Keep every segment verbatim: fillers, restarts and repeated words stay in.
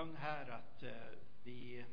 sjöng här att eh, vi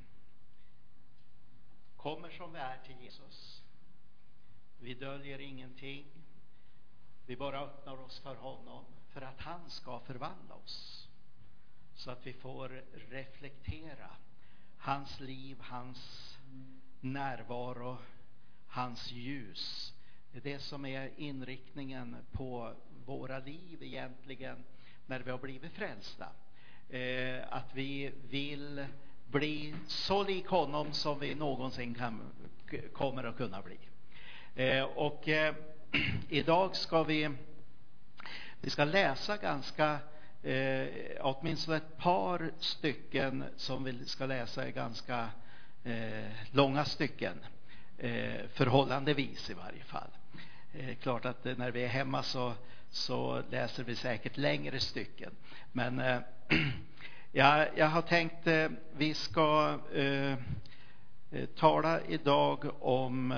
kommer som vi är till Jesus. Vi döljer ingenting. Vi bara öppnar oss för honom för att han ska förvandla oss. Så att vi får reflektera hans liv, hans närvaro, hans ljus. Det är det som är inriktningen på våra liv egentligen när vi har blivit frälsta. Eh, att vi vill bli så lik honom som vi någonsin kan, kommer att kunna bli. Eh, och eh, idag ska vi vi ska läsa ganska eh, åtminstone ett par stycken som vi ska läsa i ganska eh, långa stycken. Eh, förhållandevis i varje fall. Eh, klart att när vi är hemma så, så läser vi säkert längre stycken. Men eh, ja, jag har tänkt eh, vi ska eh, tala idag om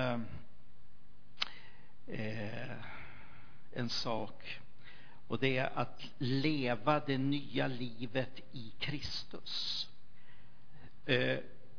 eh, en sak. Och det är att leva det nya livet i Kristus. Eh,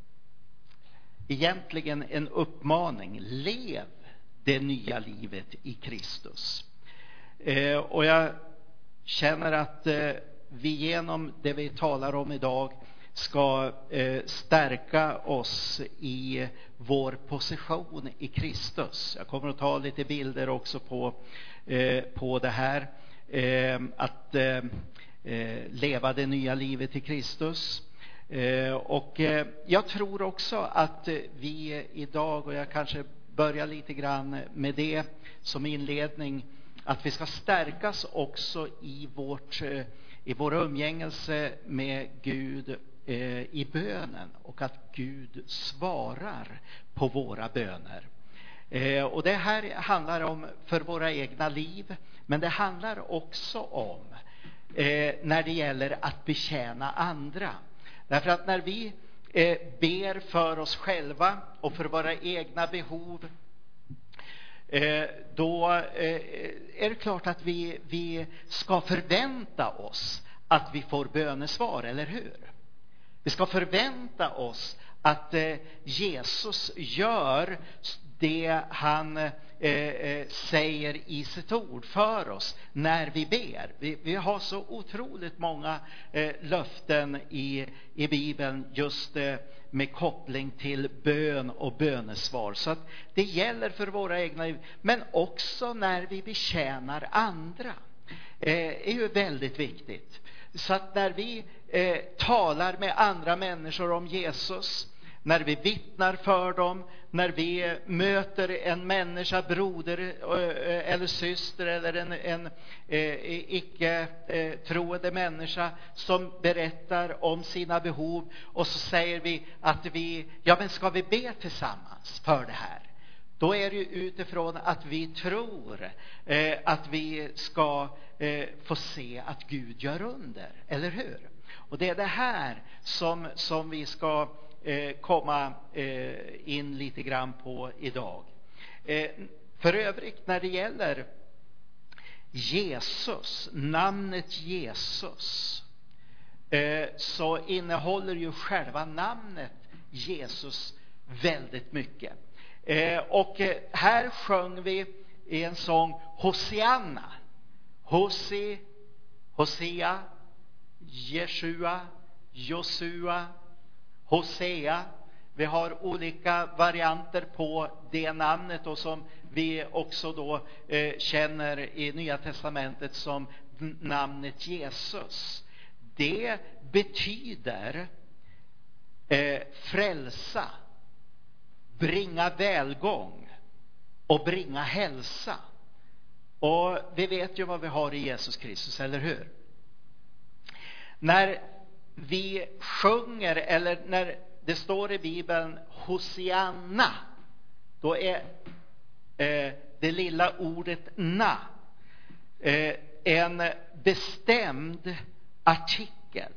egentligen en uppmaning. Lev det nya livet i Kristus. Eh, och jag känner att eh, vi genom det vi talar om idag ska eh, stärka oss i vår position i Kristus. Jag kommer att ta lite bilder också på, eh, på det här. Eh, att eh, leva det nya livet i Kristus. Eh, och eh, jag tror också att vi idag, och jag kanske börjar lite grann med det som inledning, att vi ska stärkas också i vårt eh, i vår umgängelse med Gud eh, i bönen, och att Gud svarar på våra böner. Eh, och det här handlar om för våra egna liv, men det handlar också om eh, när det gäller att betjäna andra. Därför att när vi eh, ber för oss själva och för våra egna behov, eh, då eh, är det klart att vi, vi ska förvänta oss att vi får bönesvar, eller hur? Vi ska förvänta oss att eh, Jesus gör det han eh, säger i sitt ord för oss när vi ber. Vi, vi har så otroligt många eh, löften i, i Bibeln just eh, med koppling till bön och bönesvar. Så att det gäller för våra egna liv, men också när vi betjänar andra. Eh, är ju väldigt viktigt. Så att när vi eh, talar med andra människor om Jesus, när vi vittnar för dem, när vi möter en människa, broder eller syster eller en, en eh, icke eh, troende människa som berättar om sina behov, och så säger vi att vi, ja men ska vi be tillsammans för det här? Då är det ju utifrån att vi tror eh, att vi ska eh, få se att Gud gör under, eller hur? Och det är det här som, som vi ska eh, komma eh, in lite grann på idag. Eh, för övrigt när det gäller Jesus, namnet Jesus, eh, så innehåller ju själva namnet Jesus väldigt mycket. Eh, och eh, här sjöng vi i en sång Hosianna, Hosi, Hosea, Jeshua, Josua, Hosea. Vi har olika varianter på det namnet, och som vi också då eh, känner i Nya testamentet som namnet Jesus. Det betyder eh, frälsa, bringa välgång och bringa hälsa. Och vi vet ju vad vi har i Jesus Kristus, eller hur? När vi sjunger, eller när det står i Bibeln Hosianna, då är eh, det lilla ordet na eh, en bestämd artikel.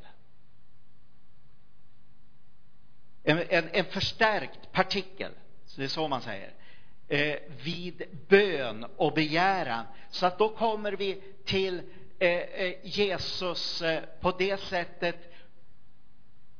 En, en, en förstärkt partikel, så det är så man säger, eh, vid bön och begäran. Så att då kommer vi till eh, Jesus eh, på det sättet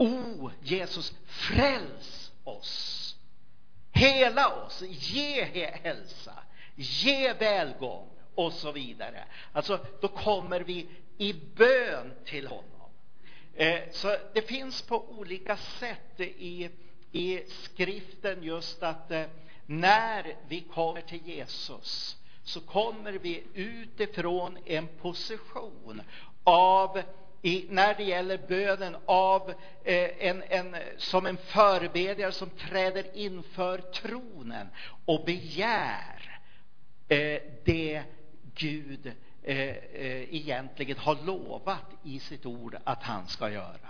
Jesus, fräls oss. Hela oss, ge hälsa, ge välgång och så vidare. Alltså då kommer vi i bön till honom. Eh, så det finns på olika sätt i, i skriften just att eh, när vi kommer till Jesus så kommer vi utifrån en position av I, när det gäller bönen av eh, en, en, som en förebedjare som träder inför tronen och begär eh, det Gud eh, eh, egentligen har lovat i sitt ord att han ska göra.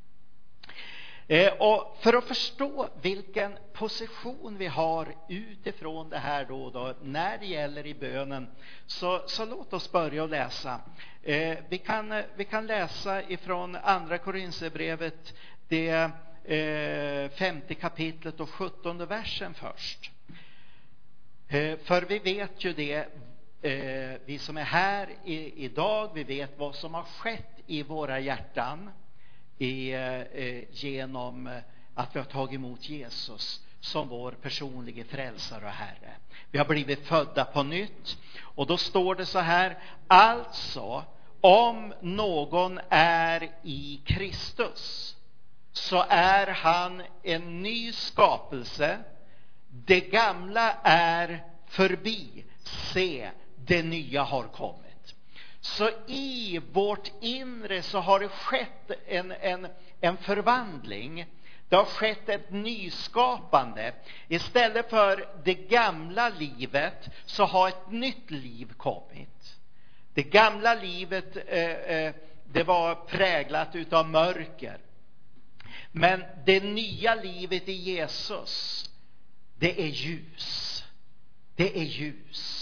Eh, och för att förstå vilken position vi har utifrån det här då, då när det gäller i bönen, så, så låt oss börja läsa. Eh, vi, kan, vi kan läsa ifrån andra Korinthierbrevet det eh, femte kapitlet och sjuttonde versen först. Eh, för vi vet ju det, eh, vi som är här i, idag, vi vet vad som har skett i våra hjärtan i, eh, genom att vi har tagit emot Jesus som vår personliga frälsare och Herre. Vi har blivit födda på nytt. Och då står det så här: alltså, om någon är i Kristus så är han en ny skapelse. Det gamla är förbi. Se, det nya har kommit. Så i vårt inre så har det skett en, en, en förvandling. Det har skett ett nyskapande. Istället för det gamla livet så har ett nytt liv kommit. Det gamla livet eh, eh, det var präglat utav mörker. Men det nya livet i Jesus, det är ljus. Det är ljus.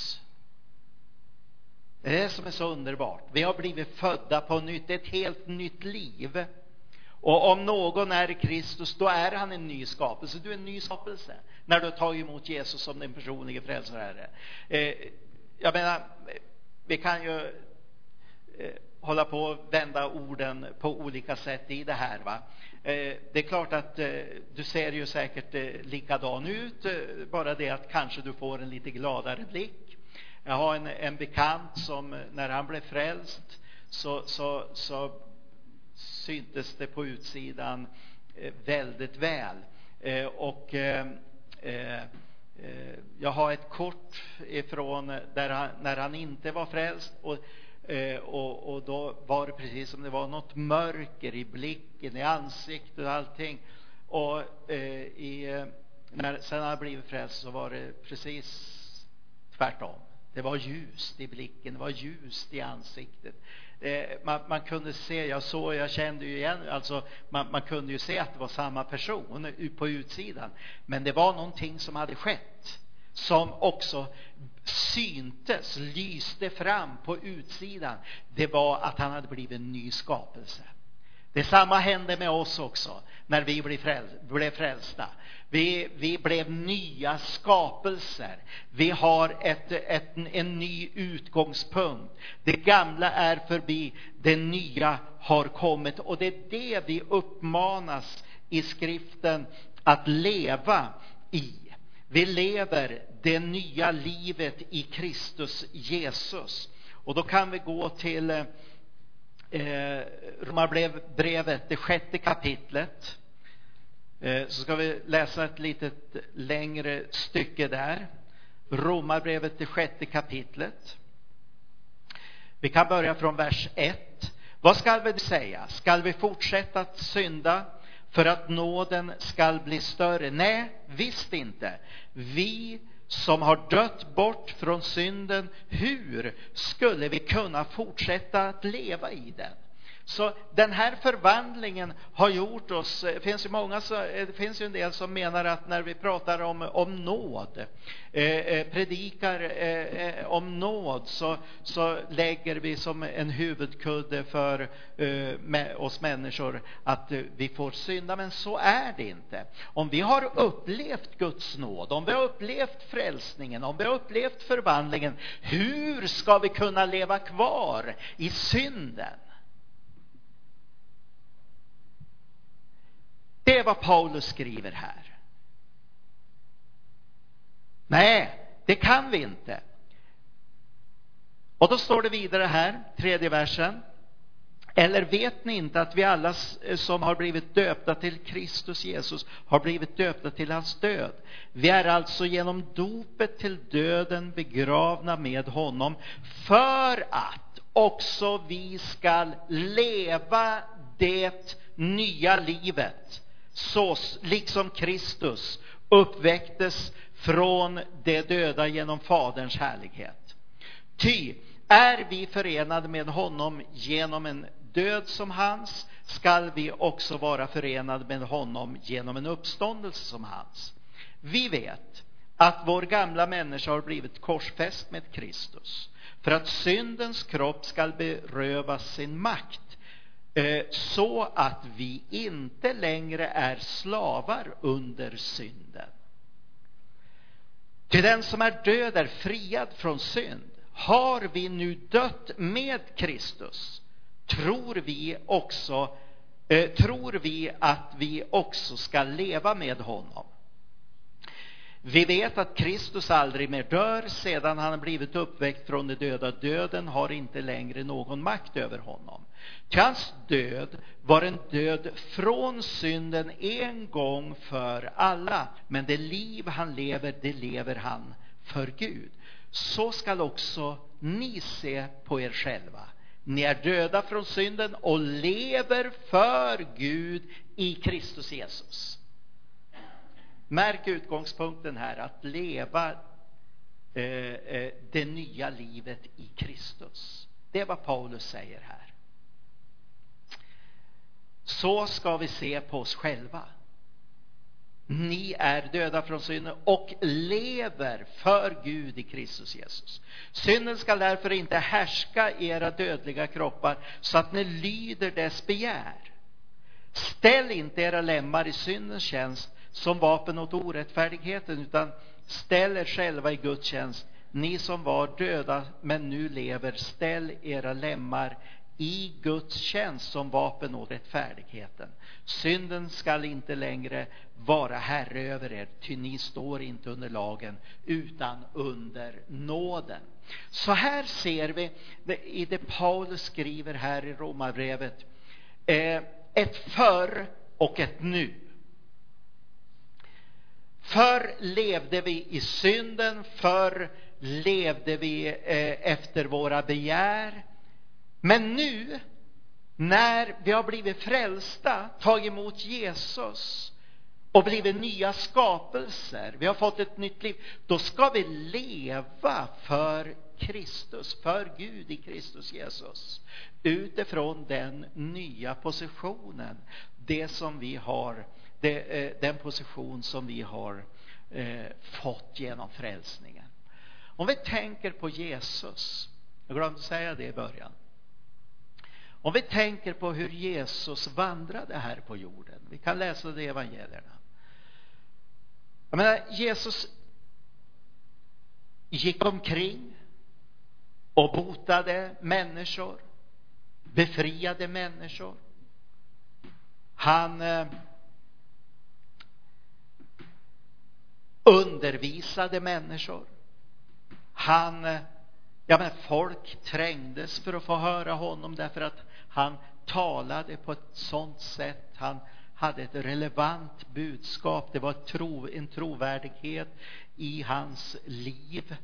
Det är det som är så underbart. Vi har blivit födda på nytt, ett helt nytt liv. Och om någon är i Kristus, då är han en ny skapelse. Du är en ny skapelse när du tar emot Jesus som din personliga frälsare. Eh, jag menar, vi kan ju eh, hålla på och vända orden på olika sätt i det här, va? Eh, det är klart att eh, du ser ju säkert eh, likadan ut, eh, bara det att kanske du får en lite gladare blick. Jag har en, en bekant som när han blev frälst så, så, så syntes det på utsidan eh, väldigt väl. Eh, och eh, eh, jag har ett kort ifrån där han, när han inte var frälst och, eh, och, och då var det precis som det var något mörker i blicken, i ansiktet och allting. Och eh, i, när sen han blivit frälst så var det precis tvärtom. Det var ljust i blicken, det var ljust i ansiktet. Eh, man, man kunde se, jag såg, jag kände ju igen, alltså man, man kunde ju se att det var samma person på utsidan. Men det var någonting som hade skett, som också syntes, lyste fram på utsidan. Det var att han hade blivit en ny skapelse. Det samma hände med oss också när vi blev, fräl, blev frälsta. Vi, vi blev nya skapelser. Vi har ett, ett, en ny utgångspunkt. Det gamla är förbi, det nya har kommit. Och det är det vi uppmanas i skriften att leva i. Vi lever det nya livet i Kristus Jesus. Och då kan vi gå till eh, Romarbrevet, det sjätte kapitlet. Så ska vi läsa ett litet längre stycke där. Romarbrevet, det sjätte kapitlet. Vi kan börja från vers ett. Vad ska vi säga? Ska vi fortsätta att synda för att nåden ska bli större? Nej, visst inte. Vi som har dött bort från synden, hur skulle vi kunna fortsätta att leva i den? Så den här förvandlingen har gjort oss, det finns ju många, det finns ju en del som menar att när vi pratar om, om nåd, eh, predikar eh, om nåd, så, så lägger vi som en huvudkudde för eh, med oss människor att eh, vi får synda, men så är det inte. Om vi har upplevt Guds nåd, om vi har upplevt frälsningen, om vi har upplevt förvandlingen, hur ska vi kunna leva kvar i synden? Det är vad Paulus skriver här. Nej, det kan vi inte. Och då står det vidare här, tredje versen. Eller vet ni inte att vi alla som har blivit döpta till Kristus Jesus har blivit döpta till hans död? Vi är alltså genom dopet till döden begravna med honom för att också vi ska leva det nya livet så liksom Kristus uppväcktes från de döda genom Faderns härlighet. Ty är vi förenade med honom genom en död som hans, skall vi också vara förenade med honom genom en uppståndelse som hans. Vi vet att vår gamla människa har blivit korsfäst med Kristus för att syndens kropp skall berövas sin makt, så att vi inte längre är slavar under synden. Till den som är död är friad från synd. Har vi nu dött med Kristus, tror vi också eh, tror vi att vi också ska leva med honom. Vi vet att Kristus aldrig mer dör sedan han har blivit uppväckt från de döda. Döden har inte längre någon makt över honom. Ty hans död var en död från synden en gång för alla. Men det liv han lever, det lever han för Gud. Så skall också ni se på er själva. Ni är döda från synden och lever för Gud i Kristus Jesus. Märk utgångspunkten här, att leva eh, eh, det nya livet i Kristus. Det är vad Paulus säger här. Så ska vi se på oss själva. Ni är döda från synden och lever för Gud i Kristus Jesus. Synden ska därför inte härska i era dödliga kroppar så att ni lyder dess begär. Ställ inte era lemmar i syndens tjänst som vapen åt orättfärdigheten, utan ställ er själva i Guds tjänst. Ni som var döda men nu lever, ställ era lemmar i Guds tjänst som vapen åt rättfärdigheten. Synden skall inte längre vara herre över er, ty ni står inte under lagen utan under nåden. Så här ser vi i det Paulus skriver här i Romarbrevet, ett förr och ett nu. Förr levde vi i synden, förr levde vi efter våra begär. Men nu, när vi har blivit frälsta, tagit emot Jesus och blivit nya skapelser, vi har fått ett nytt liv, då ska vi leva för Kristus, för Gud i Kristus Jesus, utifrån den nya positionen, det som vi har, det, den position som vi har eh, fått genom frälsningen. Om vi tänker på Jesus, jag glömde säga det i början. Om vi tänker på hur Jesus vandrade här på jorden. Vi kan läsa det i evangelierna. Jag menar, Jesus gick omkring och botade människor, befriade människor. Han eh, undervisade människor. Han eh, Ja, men folk trängdes för att få höra honom därför att han talade på ett sånt sätt. Han hade ett relevant budskap. Det var ett tro, en trovärdighet i hans liv.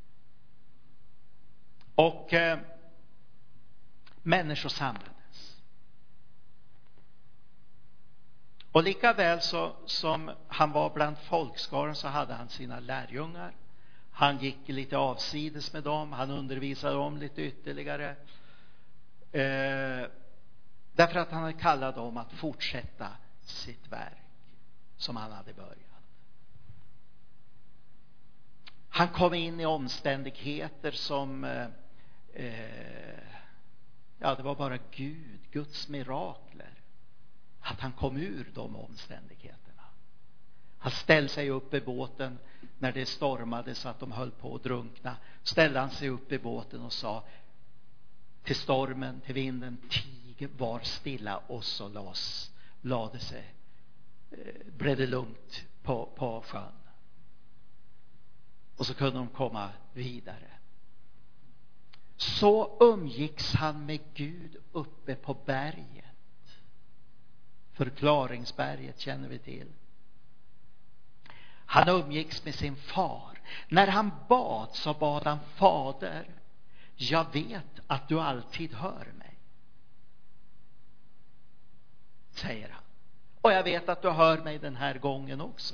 Och eh, människor samlades. Och lika väl så, som han var bland folkskaran, så hade han sina lärjungar. Han gick lite avsides med dem. Han undervisade dem lite ytterligare. Eh, därför att han hade kallat dem att fortsätta sitt verk som han hade börjat. Han kom in i omständigheter som eh, ja, det var bara Gud, Guds mirakler, att han kom ur de omständigheterna. Han ställde sig upp i båten när det stormade så att de höll på att drunkna. Ställde han sig upp i båten och sa till stormen, till vinden, tig, var stilla, och så las, lade sig blev det lugnt på, på sjön. Och så kunde de komma vidare. Så umgicks han med Gud uppe på berget. Förklaringsberget känner vi till. Han umgicks med sin far. När han bad så bad han: Fader, jag vet att du alltid hör mig. Säger han. Och jag vet att du hör mig den här gången också.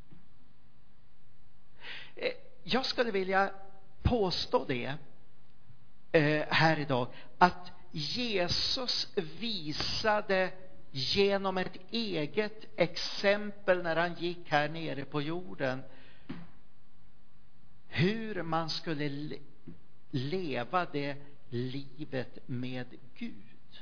Jag skulle vilja påstå det här idag, att Jesus visade genom ett eget exempel när han gick här nere på jorden hur man skulle leva det livet med Gud.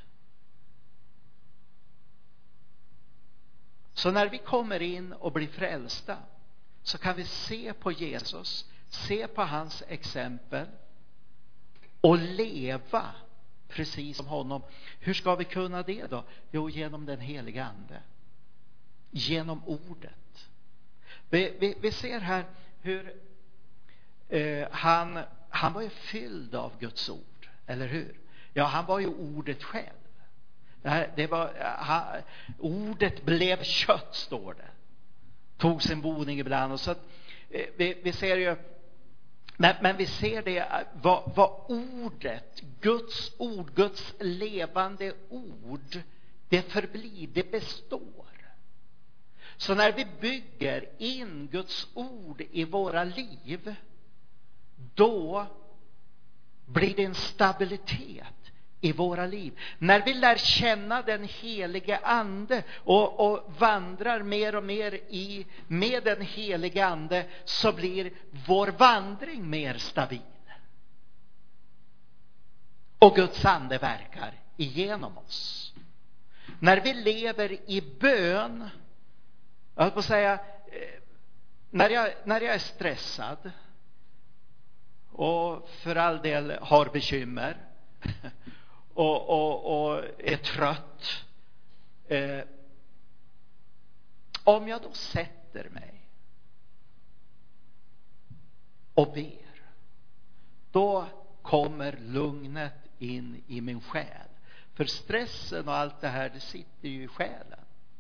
Så när vi kommer in och blir frälsta så kan vi se på Jesus, se på hans exempel och leva precis som honom. Hur ska vi kunna det då? Jo, genom den heliga ande. Genom ordet. Vi, vi, vi ser här hur eh, han, han var ju fylld av Guds ord. Eller hur? Ja, han var ju ordet själv. Det här, det var, han, ordet blev kött, står det. Tog sin boning ibland. Och så att, eh, vi, vi ser ju Men, men vi ser det, vad, vad ordet, Guds ord, Guds levande ord, det förblir, det består. Så när vi bygger in Guds ord i våra liv, då blir det en stabilitet i våra liv. När vi lär känna den helige ande och, och vandrar mer och mer i, med den helige ande, så blir vår vandring mer stabil. Och Guds ande verkar igenom oss. När vi lever i bön, jag höll på att säga, när jag, när jag är stressad och för all del har bekymmer Och, och, och är trött, eh, om jag då sätter mig och ber, då kommer lugnet in i min själ. För stressen och allt det här, det sitter ju i själen.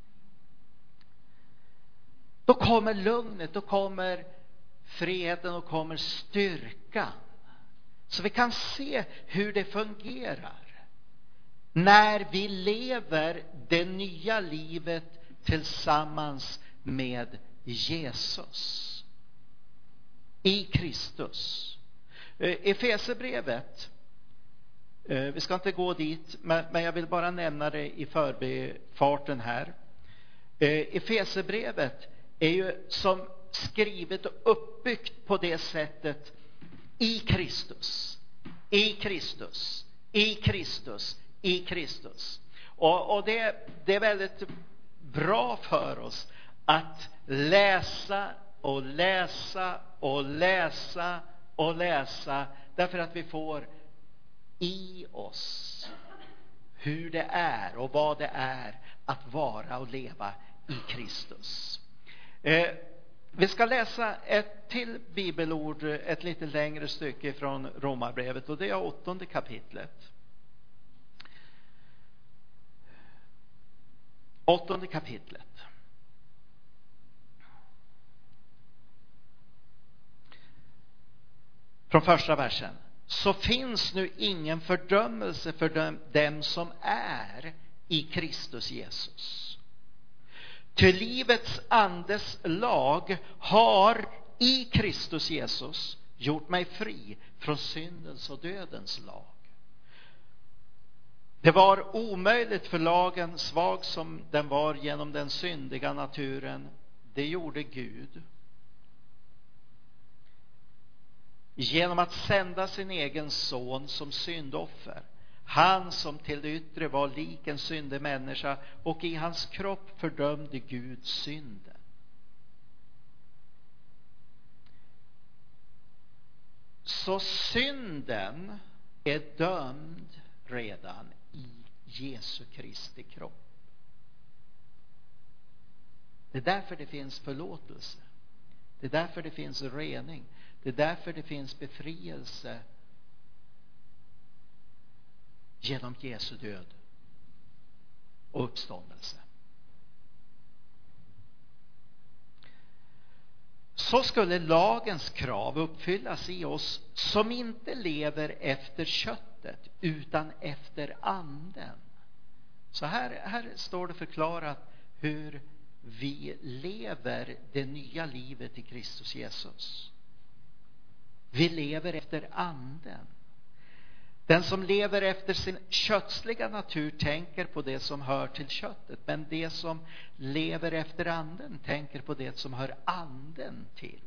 Då kommer lugnet, då kommer freden och kommer styrkan. Så vi kan se hur det fungerar när vi lever det nya livet tillsammans med Jesus i Kristus. Efesierbrevet, vi ska inte gå dit, men jag vill bara nämna det i förbifarten här. Efesierbrevet är ju som skrivet och uppbyggt på det sättet: i Kristus, i Kristus, i Kristus, i Kristus. Och, och det, det är väldigt bra för oss att läsa och läsa och läsa och läsa, därför att vi får i oss hur det är och vad det är att vara och leva i Kristus. Eh, Vi ska läsa ett till bibelord, ett lite längre stycke från Romarbrevet, och det är åttonde kapitlet. Åttonde kapitlet. Från första versen. Så finns nu ingen fördömelse för dem, dem som är i Kristus Jesus. Till livets andes lag har i Kristus Jesus gjort mig fri från syndens och dödens lag. Det var omöjligt för lagen, svag som den var genom den syndiga naturen. Det gjorde Gud genom att sända sin egen son som syndoffer. Han som till det yttre var lik en syndig människa, och i hans kropp fördömde Gud synden. Så synden är dömd redan i Jesu Kristi kropp. Det är därför det finns förlåtelse. Det är därför det finns rening. Det är därför det finns befrielse genom Jesu död och uppståndelse. Så skulle lagens krav uppfyllas i oss som inte lever efter köttet utan efter anden. Så här, här står det förklarat hur vi lever det nya livet i Kristus Jesus. Vi lever efter anden. Den som lever efter sin kötsliga natur tänker på det som hör till köttet. Men det som lever efter anden tänker på det som hör anden till.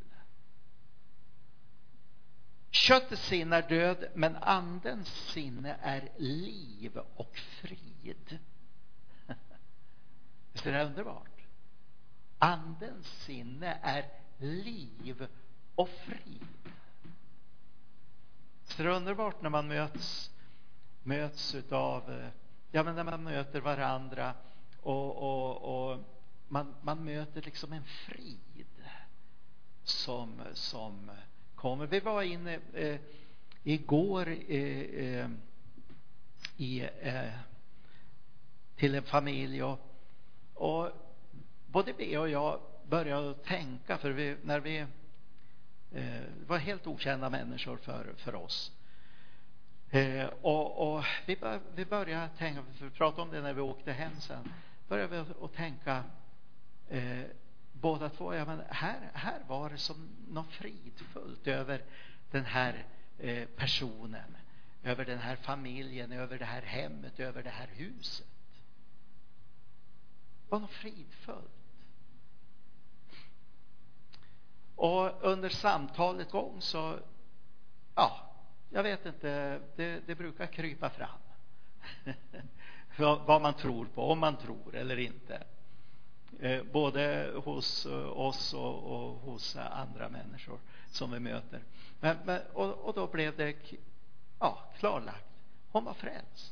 Köttets sinne är död, men andens sinne är liv och frid. Visst är det underbart? Andens sinne är liv och frid. Så det är underbart när man möts möts utav, ja men när man möter varandra och, och, och man, man möter liksom en frid som, som kommer. Vi var inne eh, igår eh, eh, i, eh, till en familj och, och både vi och jag började tänka, för vi, när vi eh, var helt okända människor för, för oss. Eh, och, och vi, bör, vi började tänka, vi pratade om det när vi åkte hem sen, började vi att tänka eh, båda två, ja, men här, här var det som något fridfullt över den här eh, personen, över den här familjen, över det här hemmet, över det här huset. Det var något fridfullt. Och under samtalet gång så, ja, jag vet inte, det, det brukar krypa fram. Vad man tror på, om man tror eller inte. Eh, både hos oss och, och hos andra människor som vi möter. Men, men, och, och då blev det ja, klarlagt. Hon var frälst.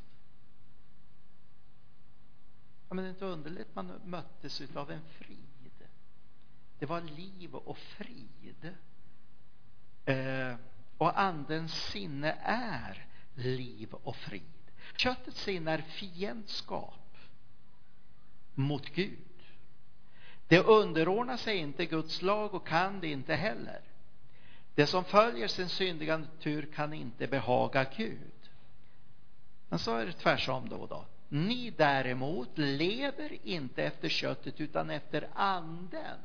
Ja, men det är inte underligt, man möttes av en frid. Det var liv och frid. Eh, och andens sinne är liv och frid. Köttets sinne är fiendskap mot Gud. Det underordnar sig inte Guds lag och kan det inte heller. Det som följer sin syndiga natur kan inte behaga Gud. Men så är det tvärsom då då. Ni däremot lever inte efter köttet utan efter anden.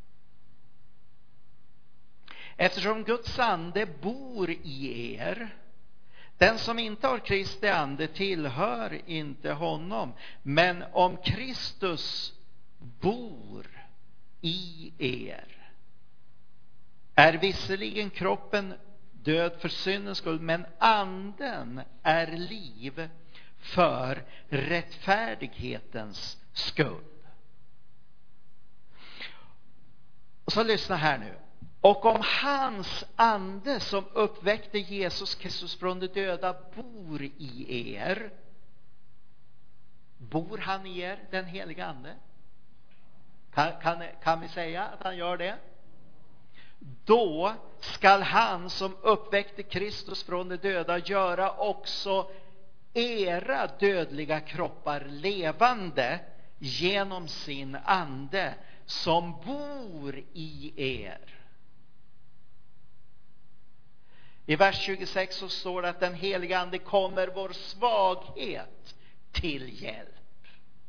Eftersom Guds ande bor i er. Den som inte har Kristi ande tillhör inte honom. Men om Kristus bor i er är visserligen kroppen död för syndens skull, men anden är liv för rättfärdighetens skull. Och så lyssna här nu. Och om hans ande som uppväckte Jesus Kristus från de döda bor i er. Bor han i er, den heliga ande? Kan, kan, kan vi säga att han gör det? Då skall han som uppväckte Kristus från de döda göra också era dödliga kroppar levande genom sin ande som bor i er. I vers tjugosex så står det att den heliga ande kommer vår svaghet till hjälp.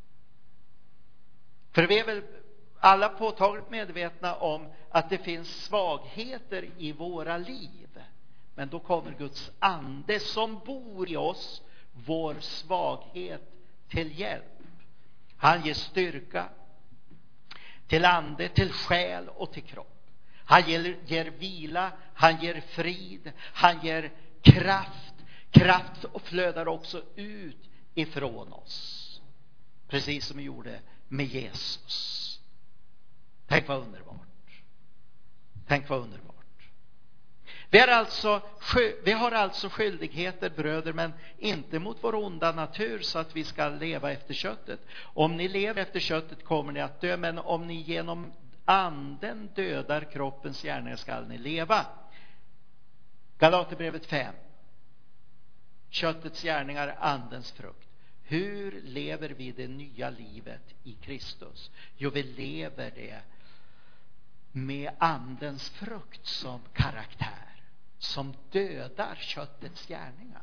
För vi är väl alla påtagligt medvetna om att det finns svagheter i våra liv. Men då kommer Guds ande som bor i oss vår svaghet till hjälp. Han ger styrka till ande, till själ och till kropp. Han ger, ger vila, han ger frid, han ger kraft. Kraft och flödar också ut ifrån oss. Precis som vi gjorde med Jesus. Tänk vad underbart. Tänk vad underbart. Vi har, alltså, vi har alltså skyldigheter, bröder, men inte mot vår onda natur så att vi ska leva efter köttet. Om ni lever efter köttet kommer ni att dö, men om ni genom anden dödar kroppens gärningar ska ni leva. Galaterbrevet fem. Köttets gärningar, andens frukt. Hur lever vi det nya livet i Kristus? Jo, vi lever det med andens frukt som karaktär, som dödar köttets gärningar.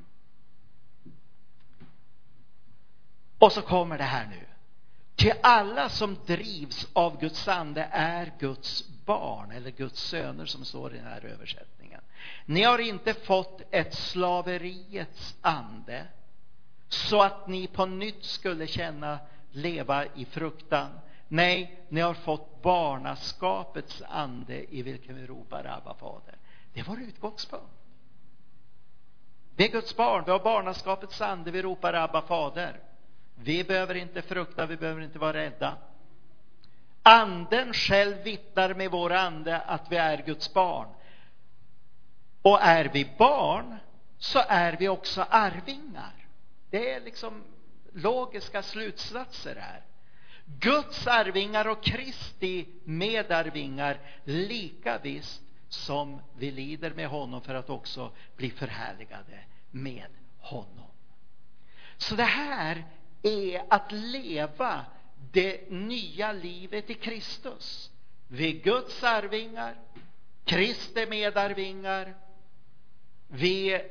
Och så kommer det här nu. Till alla som drivs av Guds ande är Guds barn, eller Guds söner som står i den här översättningen. Ni har inte fått ett slaveriets ande så att ni på nytt skulle känna leva i fruktan. Nej, ni har fått barnaskapets ande i vilken vi ropar Abba Fader. Det är vår utgångspunkt. Vi är Guds barn, vi har barnaskapets ande, vi ropar Abba Fader. Vi behöver inte frukta, vi behöver inte vara rädda. Anden själv vittnar med vår ande att vi är Guds barn. Och är vi barn så är vi också arvingar. Det är liksom logiska slutsatser här. Guds arvingar och Kristi medarvingar, lika visst som vi lider med honom för att också bli förhärligade med honom. Så det här är att leva det nya livet i Kristus. Vi är Guds arvingar, Kristi medarvingar. Vi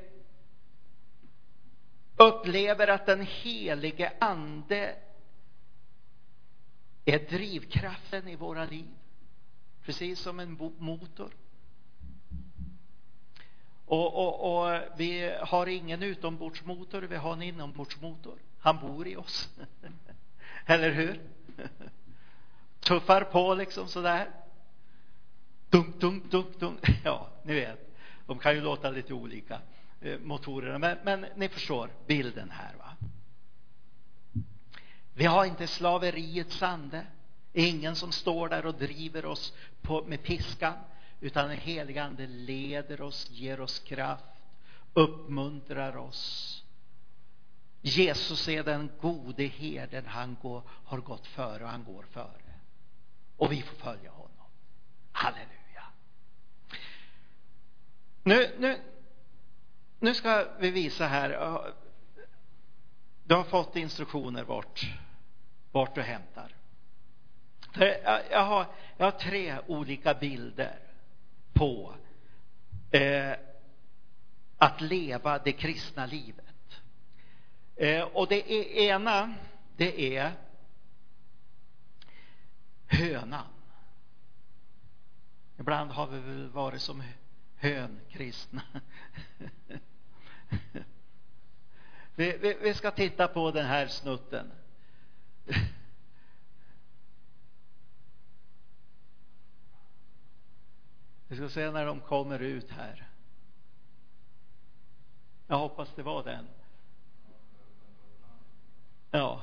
upplever att den helige ande är drivkraften i våra liv. Precis som en motor. Och, och, och vi har ingen utombordsmotor, vi har en inombordsmotor. Han bor i oss. Eller hur? Tuffar på liksom sådär. Dunk, dunk, dunk, dunk. Ja, ni vet. De kan ju låta lite olika, eh, motorerna. Men, men ni förstår bilden här, va? Vi har inte slaveriets ande. Ingen som står där och driver oss på, med piskan. Utan den helige ande leder oss, ger oss kraft, uppmuntrar oss. Jesus är den gode herden. Han går, har gått före och han går före. Och vi får följa honom. Halleluja. Nu, nu, nu ska vi visa här. Du har fått instruktioner vart, vart du hämtar. För jag, jag, har, jag har tre olika bilder på eh, att leva det kristna livet. Eh, och det är, ena, det är hönan. Ibland har vi väl varit som hönkristna. vi, vi, vi ska titta på den här snutten. Vi ska se när de kommer ut här. Jag hoppas det var den. Ja.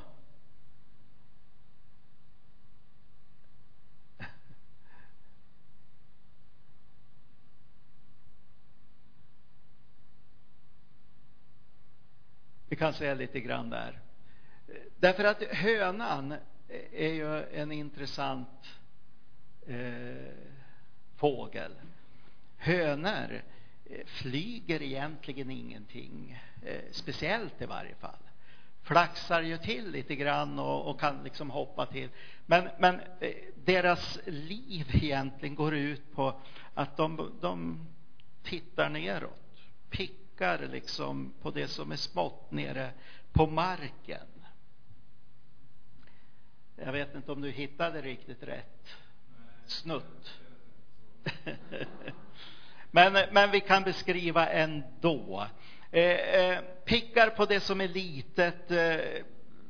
Vi kan säga lite grann där. Därför att hönan är ju en intressant eh, fågel. Hönor flyger egentligen ingenting, eh, speciellt i varje fall. Flaxar ju till lite grann och, och kan liksom hoppa till. Men, men eh, deras liv egentligen går ut på att de, de tittar neråt. Pickar liksom på det som är smått nere på marken. Jag vet inte om du hittade riktigt rätt. Snutt. men, men vi kan beskriva ändå. Eh, eh, pickar på det som är litet. Eh,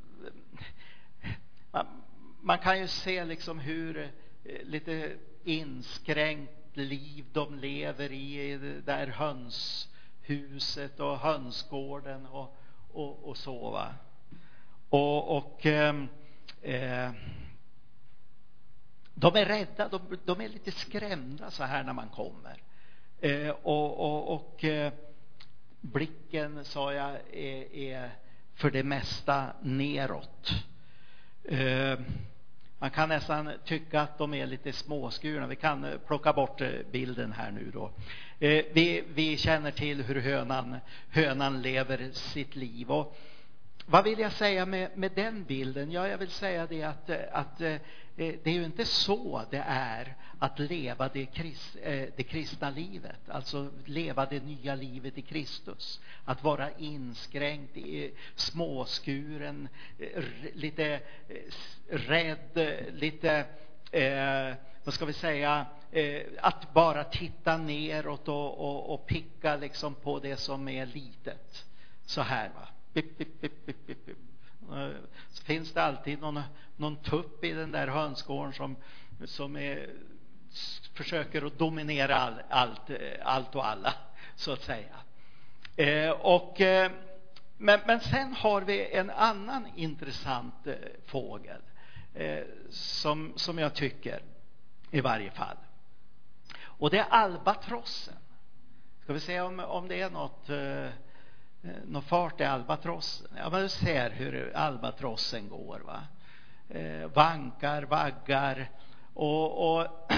man, man kan ju se liksom hur eh, lite inskränkt liv de lever i, där hönshuset och hönsgården och, och, och så, va. Och, och eh, eh, de är rädda, de, de är lite skrämda så här när man kommer. Eh, och och, och eh, blicken, sa jag, är, är för det mesta neråt. Eh, man kan nästan tycka att de är lite småskurna. Vi kan plocka bort bilden här nu då. Eh, vi, vi känner till hur hönan, hönan lever sitt liv. Och vad vill jag säga med, med den bilden? Ja, jag vill säga det att, att eh, det är ju inte så det är att leva det, krist, eh, det kristna livet. Alltså leva det nya livet i Kristus. Att vara inskränkt, i småskuren, eh, lite eh, rädd, lite, eh, vad ska vi säga, eh, att bara titta neråt och, och, och picka liksom på det som är litet. Så här, va. Pip, pip, pip, pip, pip, pip. Så finns det alltid någon, någon tupp i den där hönsgården som, som är, försöker att dominera all, allt, allt och alla, så att säga. Eh, och, eh, men, men sen har vi en annan intressant eh, fågel eh, som, som jag tycker i varje fall. Och det är albatrossen. Ska vi se om, om det är något... Eh, någon fart i albatrossen. Ja, men du ser hur albatrossen går, va? Eh, vankar, vaggar och, och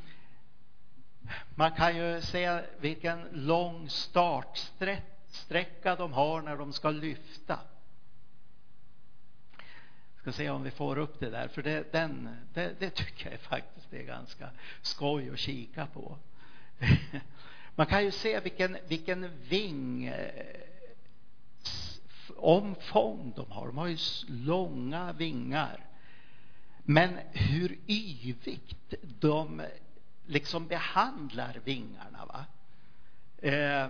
man kan ju se vilken lång startsträcka de har när de ska lyfta. Ska se om vi får upp det där, för det, den, det, det tycker jag faktiskt det är ganska skoj att kika på. Man kan ju se vilken, vilken ving omfång de har. De har ju långa vingar. Men hur yvigt de liksom behandlar vingarna, va? Eh,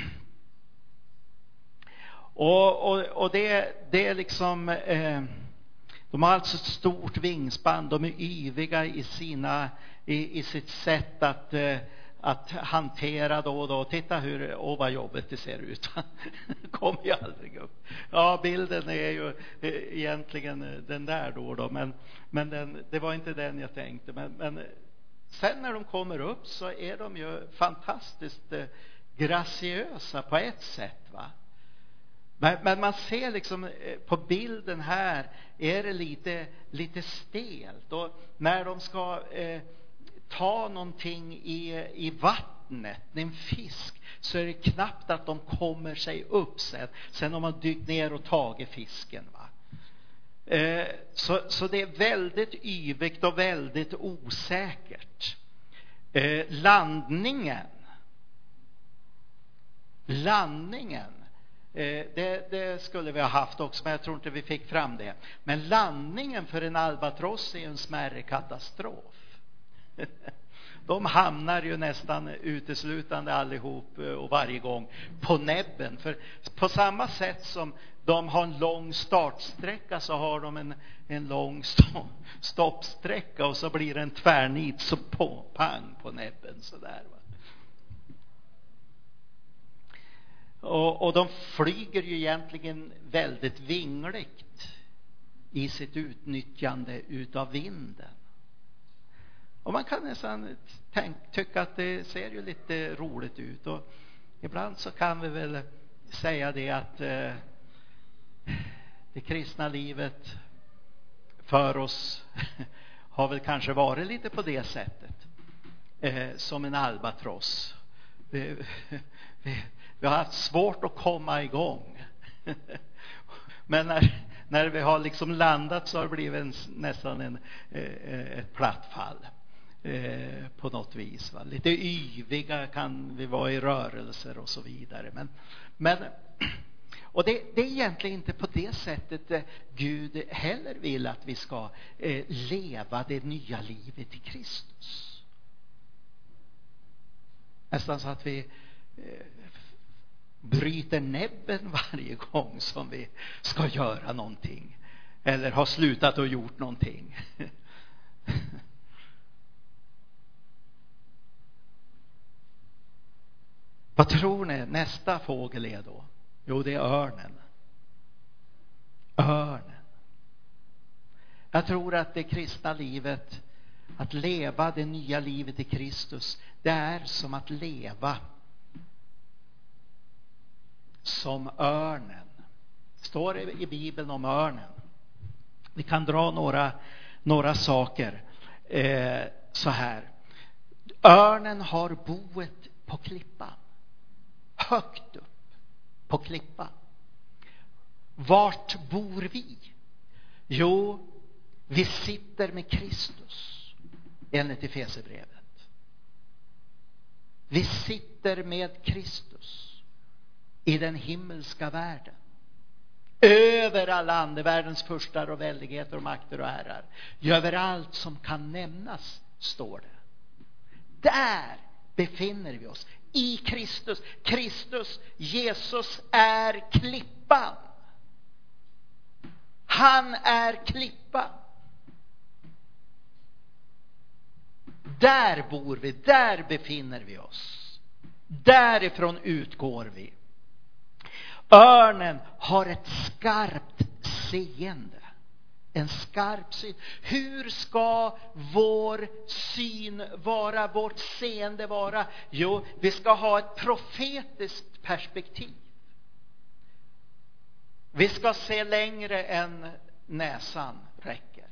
och, och, och det, det är liksom eh, de har alltså ett stort vingspann. De är yviga i sina i, i sitt sätt att eh, att hantera då och då. Titta hur, åh vad jobbigt det ser ut. Kommer ju aldrig upp. Ja, bilden är ju egentligen den där då och då. Men, men den, det var inte den jag tänkte. Men, men sen när de kommer upp så är de ju fantastiskt graciösa på ett sätt, va? Men, men man ser liksom på bilden här är det lite, lite stelt. Och när de ska... Eh, ta någonting i, i vattnet, en fisk, så är det knappt att de kommer sig upp sen, sen de har dykt ner och tagit fisken, va? Eh, så, så det är väldigt yvigt och väldigt osäkert. Eh, landningen landningen eh, det, det skulle vi ha haft också, men jag tror inte vi fick fram det. Men landningen för en albatross är en smärre katastrof. De hamnar ju nästan uteslutande allihop och varje gång på näbben. För på samma sätt som de har en lång startsträcka så har de en, en lång stoppsträcka, och så blir det en tvärnit så på, pang på näbben så där, va? Och, och de flyger ju egentligen väldigt vingligt i sitt utnyttjande utav vinden. Och man kan nästan tänk, tycka att det ser ju lite roligt ut. Och ibland så kan vi väl säga det att eh, det kristna livet för oss har väl kanske varit lite på det sättet. Eh, som en albatross. Vi, vi, vi har haft svårt att komma igång. Men när, när vi har liksom landat så har det blivit en, nästan en, eh, ett plattfall. Eh, på något vis, va? Lite yviga kan vi vara i rörelser och så vidare, men, men och det, det är egentligen inte på det sättet eh, Gud heller vill att vi ska eh, leva det nya livet i Kristus. Nästan så att vi eh, bryter näbben varje gång som vi ska göra någonting eller har slutat och gjort någonting. Vad tror ni nästa fågel är då? Jo, det är örnen. Örnen. Jag tror att det kristna livet Att leva det nya livet i Kristus, det är som att leva som örnen. Det står i Bibeln om örnen. Vi kan dra några, några saker eh, så här. Örnen har boet på klippan. Högt upp på klippan. Vart bor vi? Jo, vi sitter med Kristus enligt Efesierbrevet. Vi sitter med Kristus i den himmelska världen. Över alla andevärldens furstar och väldigheter och makter och herrar. Över allt som kan nämnas, står det. Där befinner vi oss. I Kristus. Kristus, Jesus är klippan. Han är klippan. Där bor vi, där befinner vi oss. Därifrån utgår vi. Örnen har ett skarpt seende. En skarp syn. Hur ska vår syn vara, vårt seende vara? Jo, vi ska ha ett profetiskt perspektiv. Vi ska se längre än näsan räcker.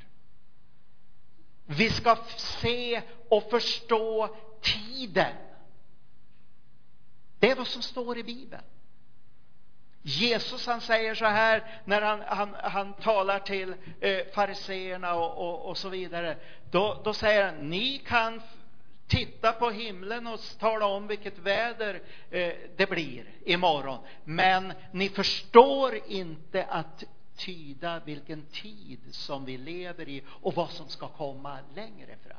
Vi ska se och förstå tiden. Det är vad som står i Bibeln. Jesus, han säger så här när han, han, han talar till eh, fariseerna och, och, och så vidare. Då, då säger han, ni kan titta på himlen och tala om vilket väder eh, det blir imorgon. Men ni förstår inte att tyda vilken tid som vi lever i och vad som ska komma längre fram.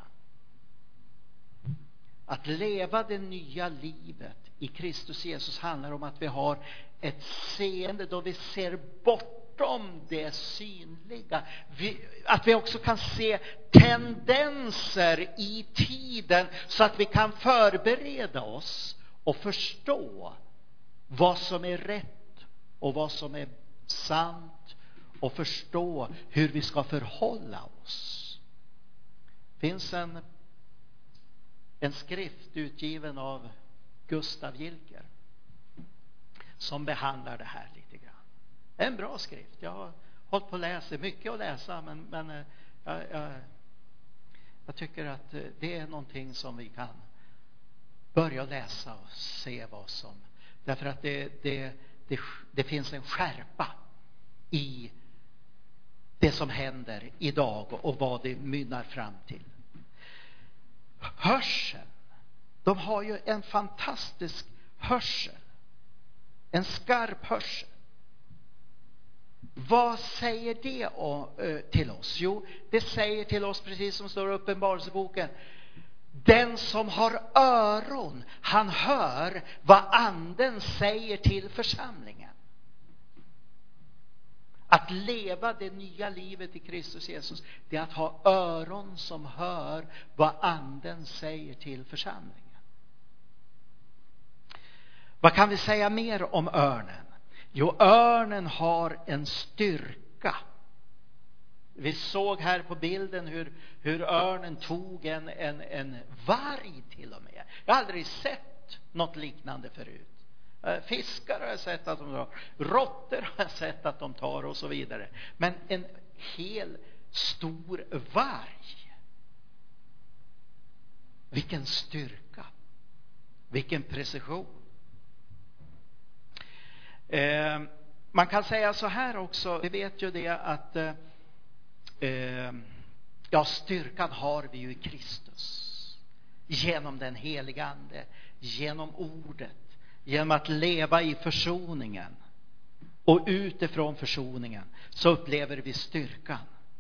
Att leva det nya livet i Kristus Jesus handlar om att vi har ett seende då vi ser bortom det synliga. Vi, att vi också kan se tendenser i tiden så att vi kan förbereda oss och förstå vad som är rätt och vad som är sant och förstå hur vi ska förhålla oss. Det finns en En skrift utgiven av Gustav Gilker som behandlar det här lite grann. En bra skrift. Jag har hållit på att läsa, mycket att läsa, men, men jag, jag, jag tycker att det är någonting som vi kan börja läsa och se vad som... Därför att det, det, det, det finns en skärpa i det som händer idag och vad det mynnar fram till. Hörsel. De har ju en fantastisk hörsel. En skarp hörsel. Vad säger det till oss? Jo, det säger till oss precis som står i Uppenbarelseboken. Den som har öron, han hör vad anden säger till församlingen. Att leva det nya livet i Kristus Jesus, det är att ha öron som hör vad anden säger till församlingen. Vad kan vi säga mer om örnen? Jo, örnen har en styrka. Vi såg här på bilden hur, hur örnen tog en, en, en varg till och med. Jag har aldrig sett något liknande förut. Fiskar har jag sett att de tar, råttor har jag sett att de tar och så vidare. Men en hel stor varg. Vilken styrka. Vilken precision. Eh, man kan säga så här också. Vi vet ju det att eh, ja, styrkan har vi ju i Kristus. Genom den heliga ande. Genom ordet. Genom att leva i försoningen och utifrån försoningen så upplever vi styrkan.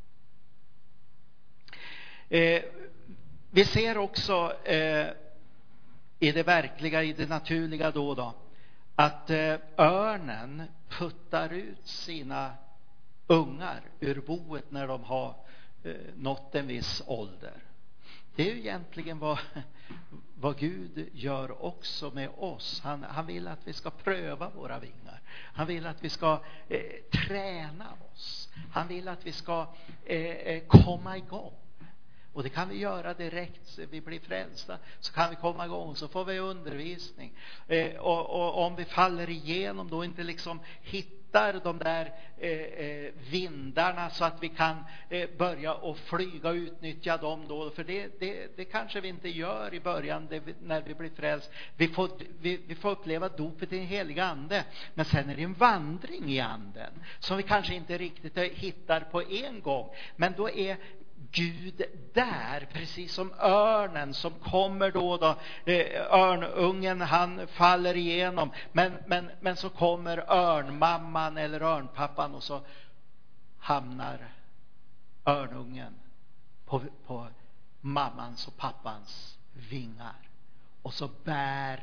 Eh, vi ser också eh, i det verkliga, i det naturliga då, då att eh, örnen puttar ut sina ungar ur boet när de har eh, nått en viss ålder. Det är ju egentligen vad, vad Gud gör också med oss. Han, han vill att vi ska pröva våra vingar. Han vill att vi ska eh, träna oss. Han vill att vi ska eh, komma igång. Och det kan vi göra direkt så vi blir frälsta. Så kan vi komma igång, så får vi undervisning. Eh, och, och om vi faller igenom då inte liksom hittar de där eh, eh, vindarna så att vi kan eh, börja och flyga och utnyttja dem då. För det, det, det kanske vi inte gör i början det, när vi blir frälst. Vi får, vi, vi får uppleva dopet i en helig ande. Men sen är det en vandring i anden som vi kanske inte riktigt hittar på en gång. Men då är Gud där, precis som örnen som kommer då, då örnungen han faller igenom, men, men, men så kommer örnmamman eller örnpappan och så hamnar örnungen på, på mammans och pappans vingar, och så bär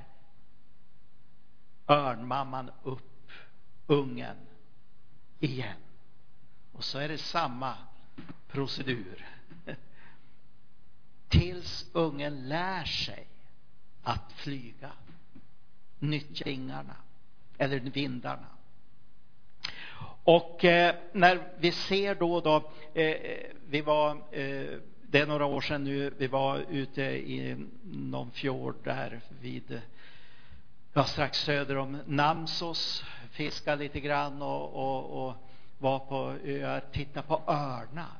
örnmamman upp ungen igen, och så är det samma procedur tills ungen lär sig att flyga, nyttja vingarna eller vindarna. Och eh, när vi ser då då eh, vi var eh, det är några år sedan nu, vi var ute i någon fjord där vid ja, strax söder om Namsos, fiskade lite grann och, och, och var på öar, titta på örnar.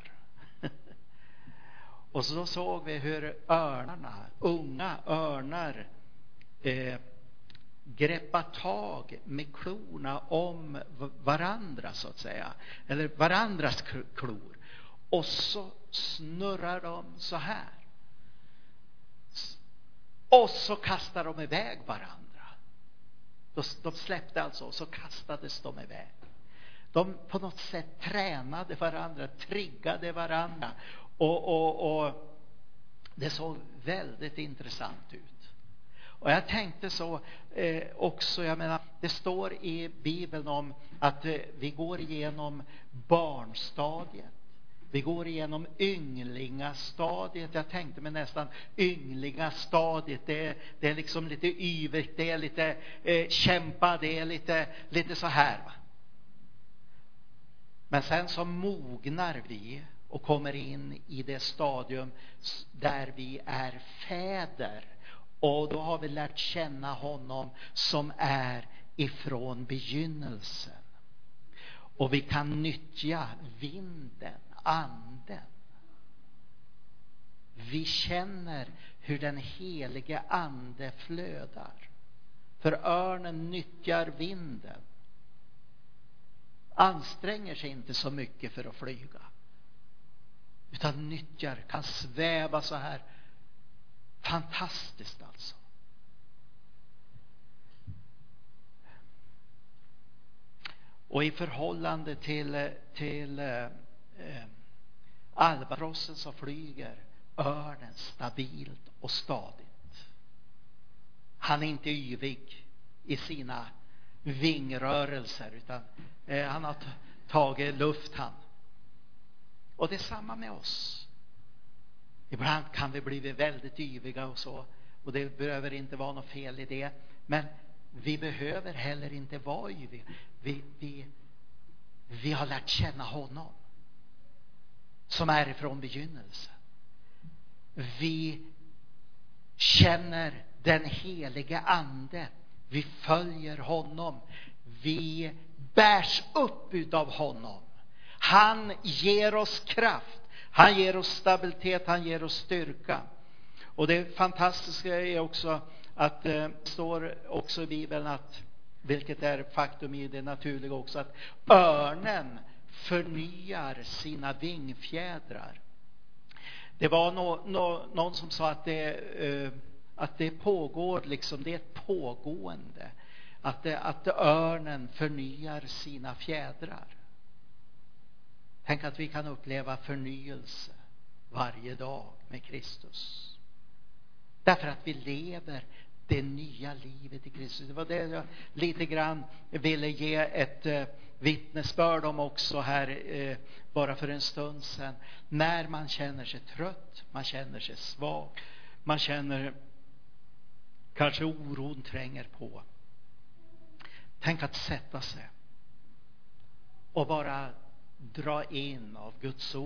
Och så såg vi hur örnarna, unga örnar eh, greppar tag med klorna om varandra så att säga, eller varandras klor, och så snurrar de så här och så kastar de iväg varandra. De, de släppte alltså och så kastades de iväg. De på något sätt tränade varandra, triggade varandra. Och, och, och det såg väldigt intressant ut. Och jag tänkte så eh, också, jag menar, det står i Bibeln om att eh, vi går igenom barnstadiet. Vi går igenom ynglingastadiet. Jag tänkte mig nästan ynglingastadiet. Det är, det är liksom lite yvigt, det är lite eh, kämpa, det är lite, lite så här va. Men sen så mognar vi och kommer in i det stadium där vi är fäder. Och då har vi lärt känna honom som är ifrån begynnelsen. Och vi kan nyttja vinden, anden. Vi känner hur den helige ande flödar. För örnen nyttjar vinden. Anstränger sig inte så mycket för att flyga, utan nyttjar, kan sväva så här. Fantastiskt alltså. Och i förhållande till, till eh, albatrossen så flyger örnen stabilt och stadigt. Han är inte yvig i sina vingrörelser, utan eh, han har t- tagit luft han. Och det är samma med oss. Ibland kan vi bli väldigt yviga och så, och det behöver inte vara något fel i det, men vi behöver heller inte vara yviga. Vi, vi, vi har lärt känna honom som är ifrån begynnelsen. Vi känner den helige ande. Vi följer honom. Vi bärs upp utav honom. Han ger oss kraft. Han ger oss stabilitet. Han ger oss styrka. Och det fantastiska är också att det eh, står också i Bibeln att, vilket är faktum i det naturliga också, att örnen förnyar sina vingfjädrar. Det var no, no, någon som sa att det, eh, att det pågår liksom, det är ett pågående. Att, det, att örnen förnyar sina fjädrar. Tänk att vi kan uppleva förnyelse varje dag med Kristus. Därför att vi lever det nya livet i Kristus. Det var det jag lite grann ville ge ett eh, vittnesbörd om också här eh, bara för en stund sedan. När man känner sig trött, man känner sig svag, man känner kanske oron tränger på. Tänk att sätta sig och bara dra in av Guds ord.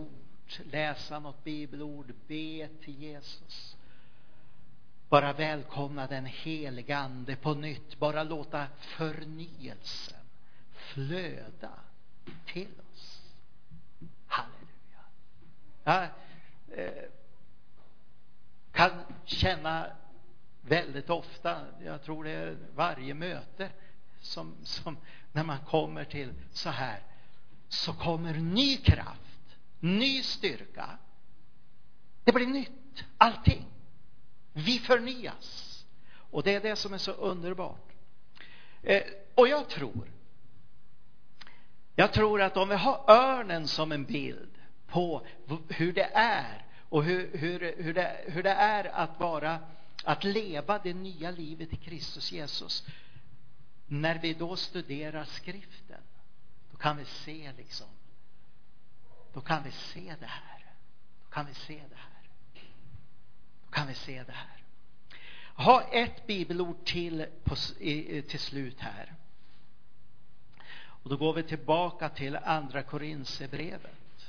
läsa något bibelord, be till Jesus. Bara välkomna den helige ande på nytt. Bara låta förnyelsen flöda till oss. Halleluja. Jag eh, kan känna väldigt ofta, jag tror det är varje möte som, som när man kommer till så här, så kommer ny kraft, ny styrka. Det blir nytt, allting. Vi förnyas. Och det är det som är så underbart. Eh, och jag tror Jag tror att om vi har örnen som en bild på hur det är och hur, hur, hur, det, hur det är att vara, att leva det nya livet i Kristus Jesus. När vi då studerar skriften, då kan vi se liksom, då kan vi se det här. Då kan vi se det här. Då kan vi se det här. Ha ett bibelord till på, i, till slut här. Och då går vi tillbaka till andra Korinthierbrevet.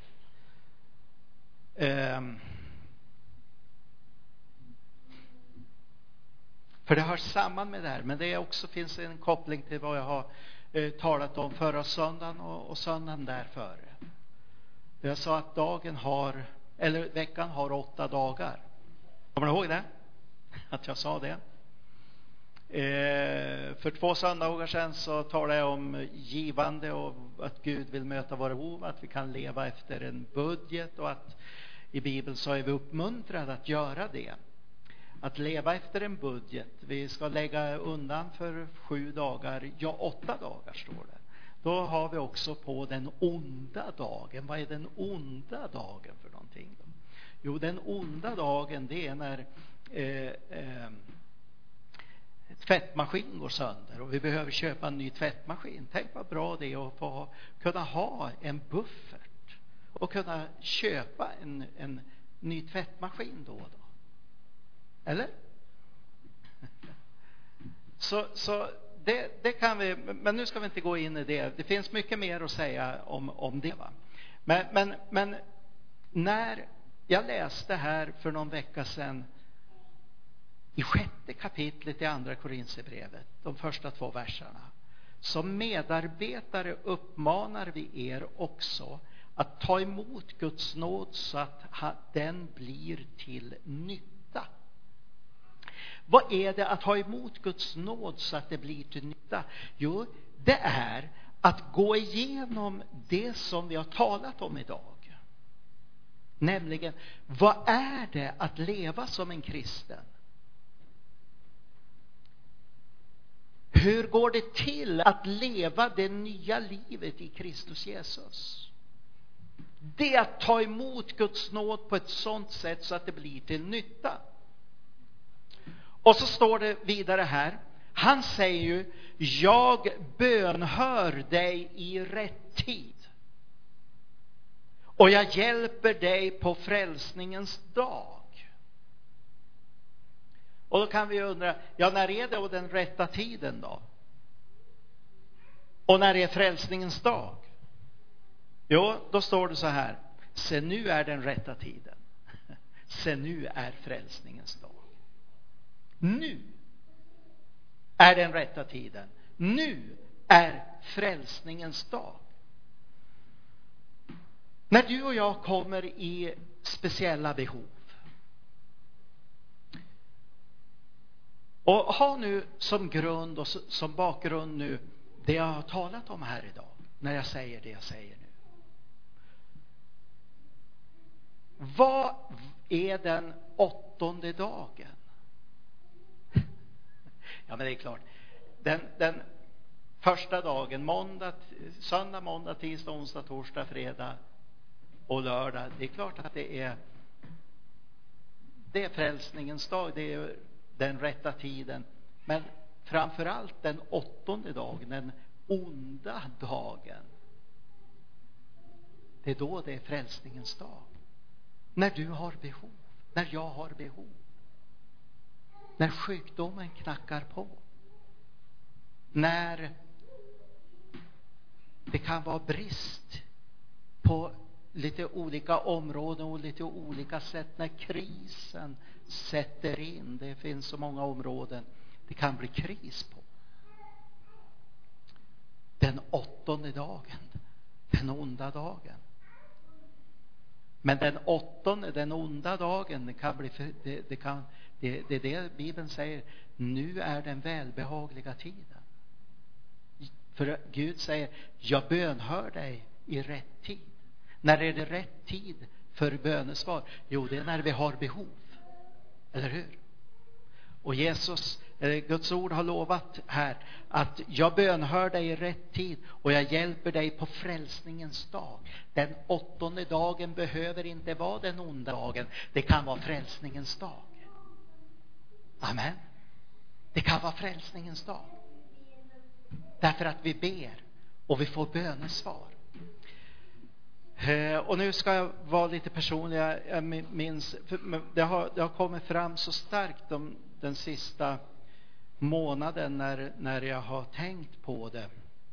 Um, för det hör samman med det här. Men det är också finns en koppling till vad jag har uh, talat om förra söndagen och, och söndagen därför. Jag sa att dagen har, eller veckan har åtta dagar. Kommer ni ihåg det? Att jag sa det? Eh, för två söndagar sedan så talade jag om givande och att Gud vill möta våra behov, att vi kan leva efter en budget och att i Bibeln så är vi uppmuntrade att göra det. Att leva efter en budget. Vi ska lägga undan för sju dagar, ja åtta dagar står det. Då har vi också på den onda dagen. Vad är den onda dagen för någonting då? Jo, den onda dagen det är när eh, eh, tvättmaskin går sönder och vi behöver köpa en ny tvättmaskin. Tänk vad bra det är att få kunna ha en buffert och kunna köpa en, en ny tvättmaskin då och då. Eller? Så, så det, det kan vi, men nu ska vi inte gå in i det. Det finns mycket mer att säga om, om det. Va? Men, men, men när jag läste här för någon vecka sedan i sjätte kapitlet i andra Korinthierbrevet, de första två verserna. Som medarbetare uppmanar vi er också att ta emot Guds nåd så att den blir till nytta. Vad är det att ta emot Guds nåd så att det blir till nytta? Jo, det är att gå igenom det som vi har talat om idag. Nämligen, vad är det att leva som en kristen? Hur går det till att leva det nya livet i Kristus Jesus? Det är att ta emot Guds nåd på ett sådant sätt så att det blir till nytta. Och så står det vidare här. Han säger ju, jag bönhör dig i rätt tid. Och jag hjälper dig på frälsningens dag. Och då kan vi undra, ja när är det och den rätta tiden då? Och när är frälsningens dag? Jo, då står det så här. Se nu är den rätta tiden. Se nu är frälsningens dag. Nu är den rätta tiden. Nu är frälsningens dag. När du och jag kommer i speciella behov. Och ha nu som grund och som bakgrund nu det jag har talat om här idag. När jag säger det jag säger nu. Vad är den åttonde dagen? Ja, men det är klart. Den, den första dagen, måndag, söndag, måndag, tisdag, onsdag, torsdag, fredag och lördag. Det är klart att det är det är frälsningens dag. Det är den rätta tiden. Men framförallt den åttonde dagen, den onda dagen. Det är då det är frälsningens dag. När du har behov. När jag har behov. När sjukdomen knackar på. När det kan vara brist på lite olika områden och lite olika sätt när krisen sätter in. Det finns så många områden det kan bli kris på. Den åttonde dagen, den onda dagen. Men den åttonde, den onda dagen, det kan bli för, det, det kan det, det är det Bibeln säger, nu är den välbehagliga tiden. För Gud säger, jag bönhör dig i rätt tid. När är det rätt tid för bönesvar? Jo, det är när vi har behov. Eller hur? Och Jesus, Guds ord har lovat här att jag bönhör dig i rätt tid och jag hjälper dig på frälsningens dag. Den åttonde dagen behöver inte vara den onda dagen. Det kan vara frälsningens dag. Amen. Det kan vara frälsningens dag. Därför att vi ber och vi får bönesvar. Och nu ska jag vara lite personlig. Jag minns, det har, det har kommit fram så starkt om den sista månaden när, när jag har tänkt på det.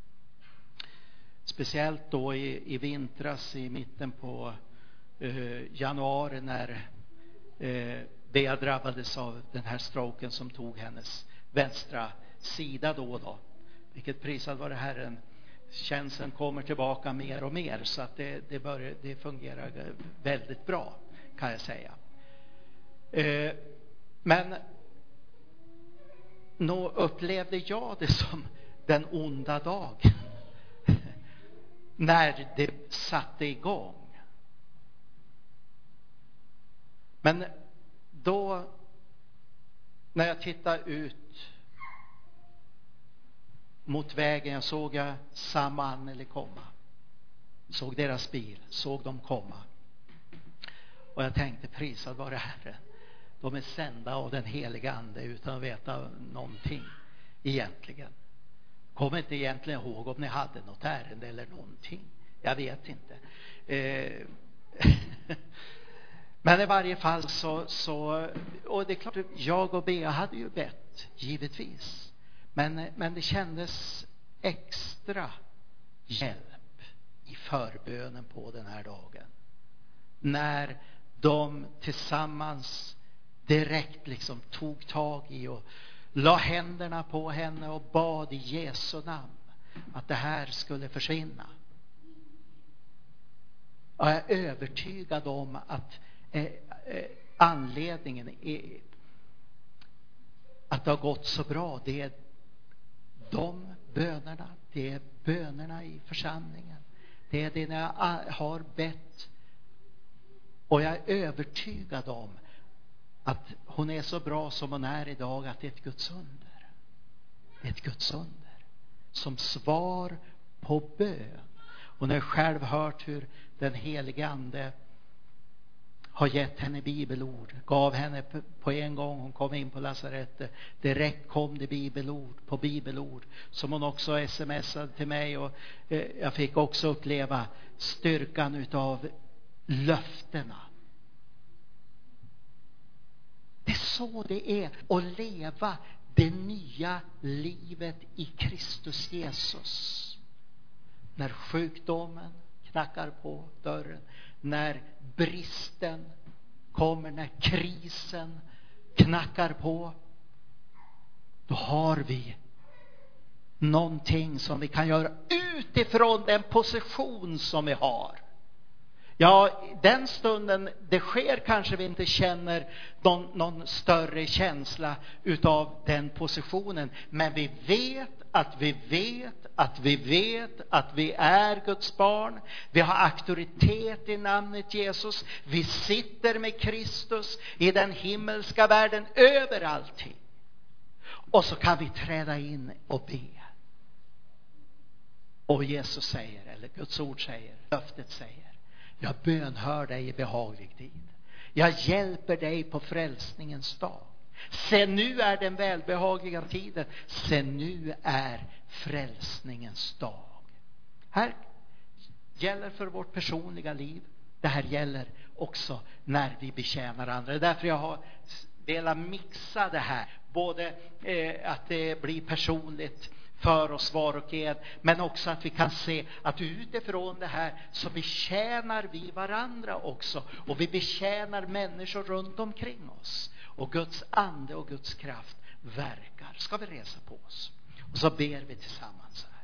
Speciellt då i, i vintras, i mitten på eh, januari, när eh, Bea drabbades av den här stroken som tog hennes vänstra sida då och då. Vilket prisad var det Herren. Känslan kommer tillbaka mer och mer, så att det, det, börjar, det fungerar väldigt bra, kan jag säga. Eh, men nå upplevde jag det som den onda dagen när det satte igång. Men då, när jag tittar ut mot vägen, jag såg jag samma Anneli komma. Såg deras bil, såg dem komma. Och jag tänkte, prisad vare Herren. De är sända av den heliga ande utan att veta någonting egentligen. Kom inte egentligen ihåg om ni hade något ärende eller någonting. Jag vet inte. Eh, Men i varje fall så, så, och det är klart, jag och Bea hade ju bett, givetvis. Men, men det kändes extra hjälp i förbönen på den här dagen. När de tillsammans direkt liksom tog tag i och la händerna på henne och bad i Jesu namn att det här skulle försvinna. Och jag är övertygad om att eh, eh, anledningen är att det har gått så bra. Det är de bönerna, det är bönerna i församlingen. Det är det när jag har bett. Och jag är övertygad om att hon är så bra som hon är idag, att det är ett Guds under. Ett Guds under. Som svar på bön. Och när jag själv hört hur den helige ande har gett henne bibelord, gav henne på en gång hon kom in på lasarettet, direkt kom det bibelord på bibelord som hon också smsade till mig, och jag fick också uppleva styrkan utav löftena. Det är så det är att leva det nya livet i Kristus Jesus. När sjukdomen knackar på dörren, när bristen kommer, när krisen knackar på, då har vi någonting som vi kan göra utifrån den position som vi har. Ja, den stunden det sker kanske vi inte känner någon, någon större känsla utav den positionen. Men vi vet att vi vet att vi vet att vi är Guds barn. Vi har auktoritet i namnet Jesus. Vi sitter med Kristus i den himmelska världen över allting. Och så kan vi träda in och be. Och Jesus säger, eller Guds ord säger, löftet säger: jag bönhör dig i behaglig tid. Jag hjälper dig på frälsningens dag. Se, nu är den välbehagliga tiden. Se, nu är frälsningens dag. Här gäller för vårt personliga liv. Det här gäller också när vi betjänar andra. Det är därför jag har velat mixa det här. Både eh, att det blir personligt för oss var och en, men också att vi kan se att utifrån det här så betjänar vi varandra också, och vi betjänar människor runt omkring oss, och Guds ande och Guds kraft verkar. Ska vi resa på oss och så ber vi tillsammans här.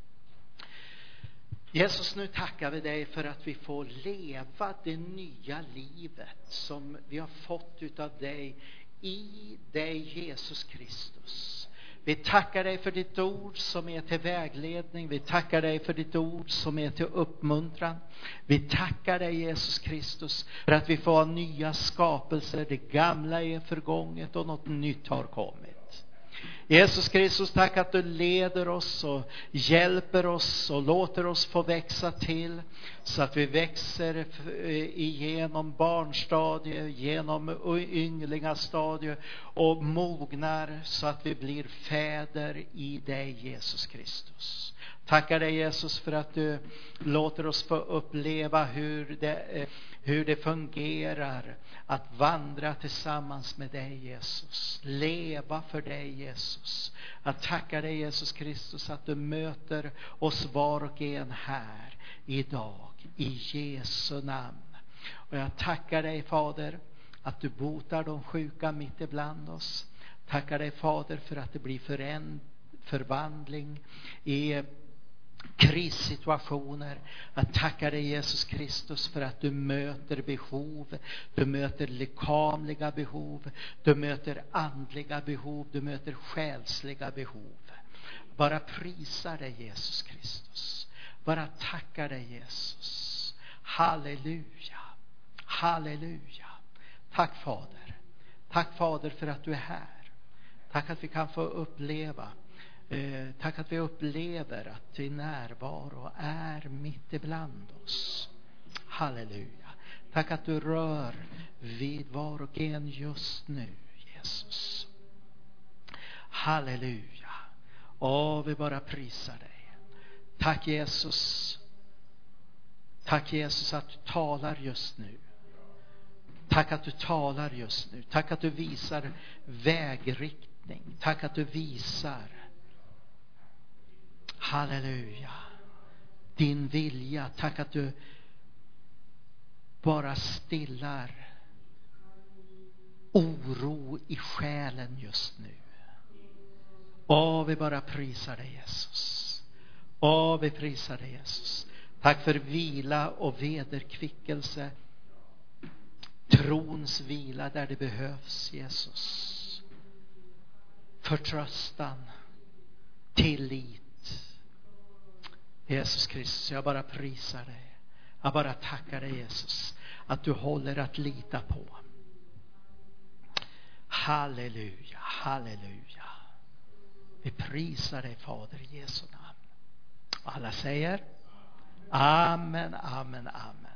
Jesus, nu tackar vi dig för att vi får leva det nya livet som vi har fått utav dig i dig Jesus Kristus. Vi tackar dig för ditt ord som är till vägledning. Vi tackar dig för ditt ord som är till uppmuntran. Vi tackar dig Jesus Kristus för att vi får ha nya skapelser. Det gamla är förgånget och något nytt har kommit. Jesus Kristus, tack att du leder oss och hjälper oss och låter oss få växa till, så att vi växer igenom barnstadier, genom ynglingastadier och mognar så att vi blir fäder i dig Jesus Kristus. Tackar dig Jesus för att du låter oss få uppleva hur det, hur det fungerar att vandra tillsammans med dig Jesus. Leva för dig Jesus. Jag tackar dig Jesus Kristus att du möter oss var och en här idag i Jesu namn. Och jag tackar dig Fader att du botar de sjuka mitt ibland oss. Tackar dig Fader för att det blir föränd- förvandling i krissituationer. Jag tackar dig Jesus Kristus för att du möter behov. Du möter lekamliga behov. Du möter andliga behov. Du möter själsliga behov. Bara prisar dig Jesus Kristus. Bara tackar dig Jesus. Halleluja. Halleluja. Tack Fader. Tack Fader för att du är här. Tack att vi kan få uppleva Eh, tack att vi upplever att din närvaro är mitt ibland oss. Halleluja. Tack att du rör vid var och en just nu, Jesus. Halleluja. Och vi bara prisar dig. Tack Jesus. Tack Jesus att du talar just nu. Tack att du talar just nu. Tack att du visar vägriktning. Tack att du visar, halleluja, din vilja. Tack att du bara stillar oro i själen just nu. Åh, vi bara prisar dig Jesus. Åh, vi prisar dig Jesus. Tack för vila och vederkvickelse. Trons vila där det behövs Jesus. Förtröstan. Tillit. Jesus Kristus, jag bara prisar dig. Jag bara tackar dig Jesus att du håller att lita på. Halleluja, halleluja. Vi prisar dig Fader i Jesu namn. Alla säger amen, amen, amen.